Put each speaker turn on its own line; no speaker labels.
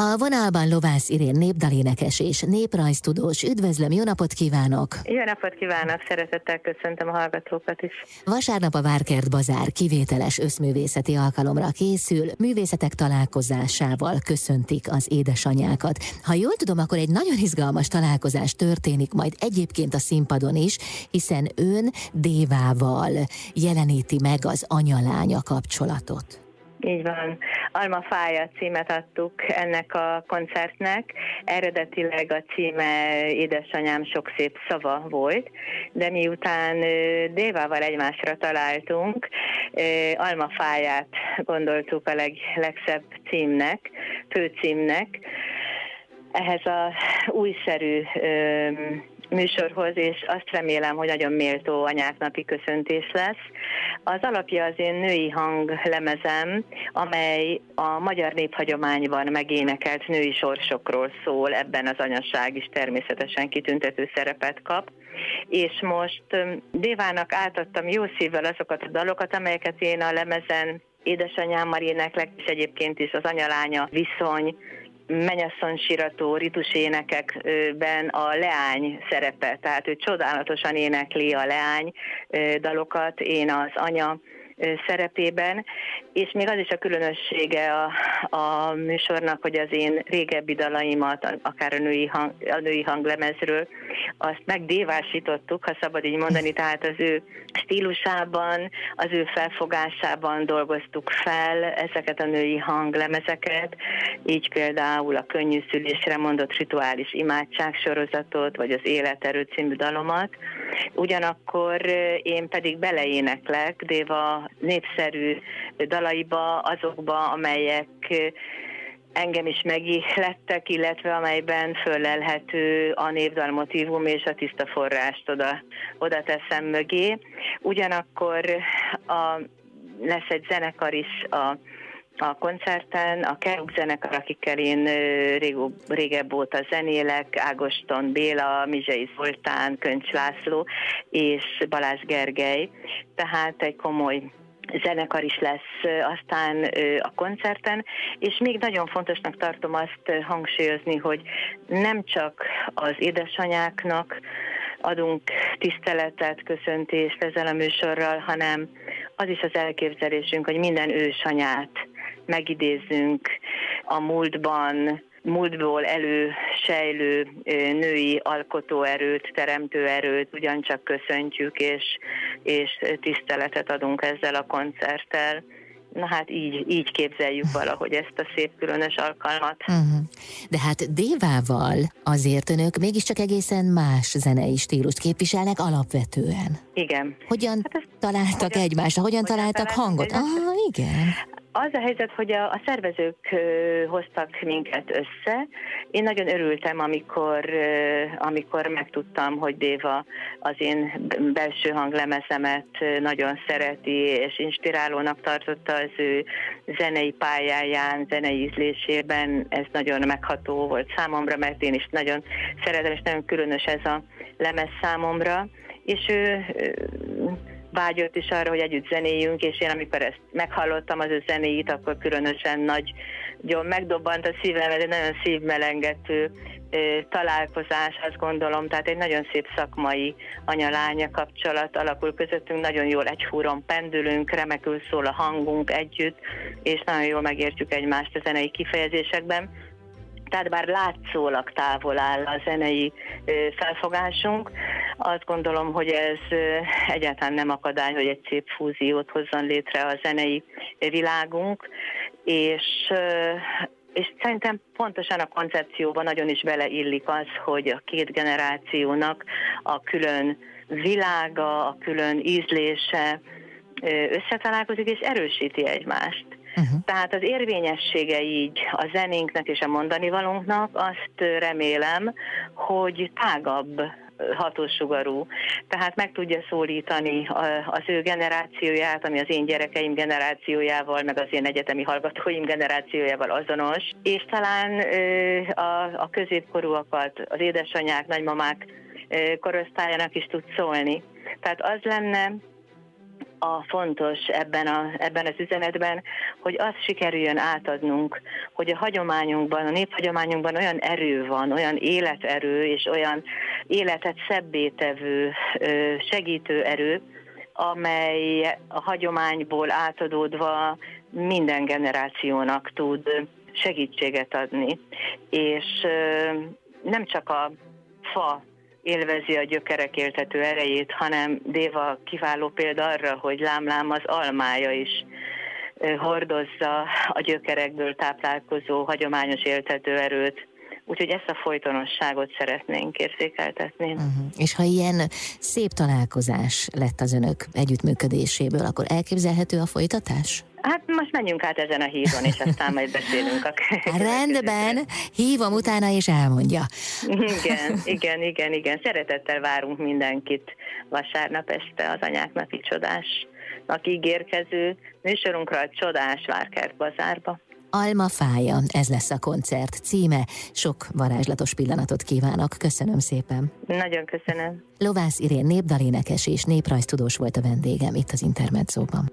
A vonalban Lovász Irén népdalénekes és néprajztudós. Üdvözlöm, jó napot kívánok!
Jó napot kívánok, szeretettel köszöntöm a hallgatókat is.
Vasárnap a Várkert Bazár kivételes összművészeti alkalomra készül, művészetek találkozásával köszöntik az édesanyákat. Ha jól tudom, akkor egy nagyon izgalmas találkozás történik majd egyébként a színpadon is, hiszen ön Dévával jeleníti meg az anya-lánya kapcsolatot.
Így van. Alma fája címet adtuk ennek a koncertnek. Eredetileg a címe Édesanyám sok szép szava volt, de miután Dévával egymásra találtunk, Alma fáját gondoltuk a legszebb címnek, főcímnek. Ehhez a újszerű műsorhoz, és azt remélem, hogy nagyon méltó anyák napi köszöntés lesz. Az alapja az én női hang lemezem, amely a magyar néphagyományban megénekelt női sorsokról szól, ebben az anyaság is természetesen kitüntető szerepet kap. És most Dévának átadtam jó szívvel azokat a dalokat, amelyeket én a lemezen édesanyámmal éneklek, és egyébként is az anya-lánya viszony, mennyasszony sirató ritusénekekben a leány szerepe, tehát ő csodálatosan énekli a leány dalokat, én az anya szerepében, és még az is a különössége a műsornak, hogy az én régebbi dalaimat, akár a női hanglemezről, azt megdévásítottuk, ha szabad így mondani, tehát az ő stílusában, az ő felfogásában dolgoztuk fel ezeket a női hanglemezeket, így például a Könnyű szülésre mondott rituális imádság sorozatot, vagy az Életerő című dalomat. Ugyanakkor én pedig beleéneklek Déva népszerű dalaiba, azokba, amelyek engem is megihlettek, illetve amelyben föllelhető a névdal motívum és a tiszta forrást oda teszem mögé. Ugyanakkor lesz egy zenekar is a koncerten, a Keruk zenekar, akikkel én régebb óta zenélek, Ágoston Béla, Mizsei Zoltán, Köncs László és Balázs Gergely, tehát egy komoly zenekar is lesz aztán a koncerten, és még nagyon fontosnak tartom azt hangsúlyozni, hogy nem csak az édesanyáknak adunk tiszteletet, köszöntést ezzel a műsorral, hanem az is az elképzelésünk, hogy minden ősanyát megidézzünk a múltból elősejlő női alkotóerőt, teremtőerőt ugyancsak köszöntjük, és tiszteletet adunk ezzel a koncerttel. Na hát így képzeljük valahogy ezt a szép különös alkalmat.
De hát Dévával azért önök mégiscsak egészen más zenei stílust képviselnek alapvetően.
Igen.
Hogyan találtak egymásra? Hogyan találtak hangot? Igen.
Az a helyzet, hogy a szervezők hoztak minket össze. Én nagyon örültem, amikor megtudtam, hogy Déva az én belső hanglemezemet nagyon szereti, és inspirálónak tartotta az ő zenei pályáján, zenei ízlésében. Ez nagyon megható volt számomra, mert én is nagyon szeretem, és nagyon különös ez a lemez számomra. És ő vágyott is arra, hogy együtt zenéljünk, és én amikor ezt meghallottam az ő zenéit, akkor különösen nagyon megdobbant a szívem, ez egy nagyon szívmelengető találkozás, azt gondolom, tehát egy nagyon szép szakmai anya-lánya kapcsolat alakul közöttünk, nagyon jól egy húron pendülünk, remekül szól a hangunk együtt, és nagyon jól megértjük egymást a zenei kifejezésekben. Tehát bár látszólag távol áll a zenei felfogásunk, azt gondolom, hogy ez egyáltalán nem akadály, hogy egy szép fúziót hozzon létre a zenei világunk, és szerintem pontosan a koncepcióban nagyon is beleillik az, hogy a két generációnak a külön világa, a külön ízlése összetalálkozik és erősíti egymást. Tehát az érvényessége így a zenénknek és a mondanivalónknak, azt remélem, hogy tágabb hatósugarú. Tehát meg tudja szólítani az ő generációját, ami az én gyerekeim generációjával, meg az én egyetemi hallgatóim generációjával azonos, és talán a középkorúakat, az édesanyák, nagymamák korosztályának is tud szólni. Tehát az lenne a fontos ebben az üzenetben, hogy azt sikerüljön átadnunk, hogy a hagyományunkban, a néphagyományunkban olyan erő van, olyan életerő és olyan életet szebbé tevő, segítő erő, amely a hagyományból átadódva minden generációnak tud segítséget adni. És nem csak a fa élvezi a gyökerek éltető erejét, hanem Déva kiváló példa arra, hogy lám-lám az almája is hordozza a gyökerekből táplálkozó hagyományos éltető erőt. Úgyhogy ezt a folytonosságot szeretnénk érzékeltetni.
És ha ilyen szép találkozás lett az önök együttműködéséből, akkor elképzelhető a folytatás?
Hát most menjünk át ezen a hídon, és aztán majd beszélünk a
Rendben, hívom utána és elmondja.
Igen. Szeretettel várunk mindenkit vasárnap este az Anyák Napi Csodásnak ígérkező műsorunkra, a Csodás Várkert Bazárba.
Alma fája, ez lesz a koncert címe. Sok varázslatos pillanatot kívánok. Köszönöm szépen.
Nagyon köszönöm.
Lovász Irén népdalénekes és néprajztudós volt a vendégem itt az Intermedzóban.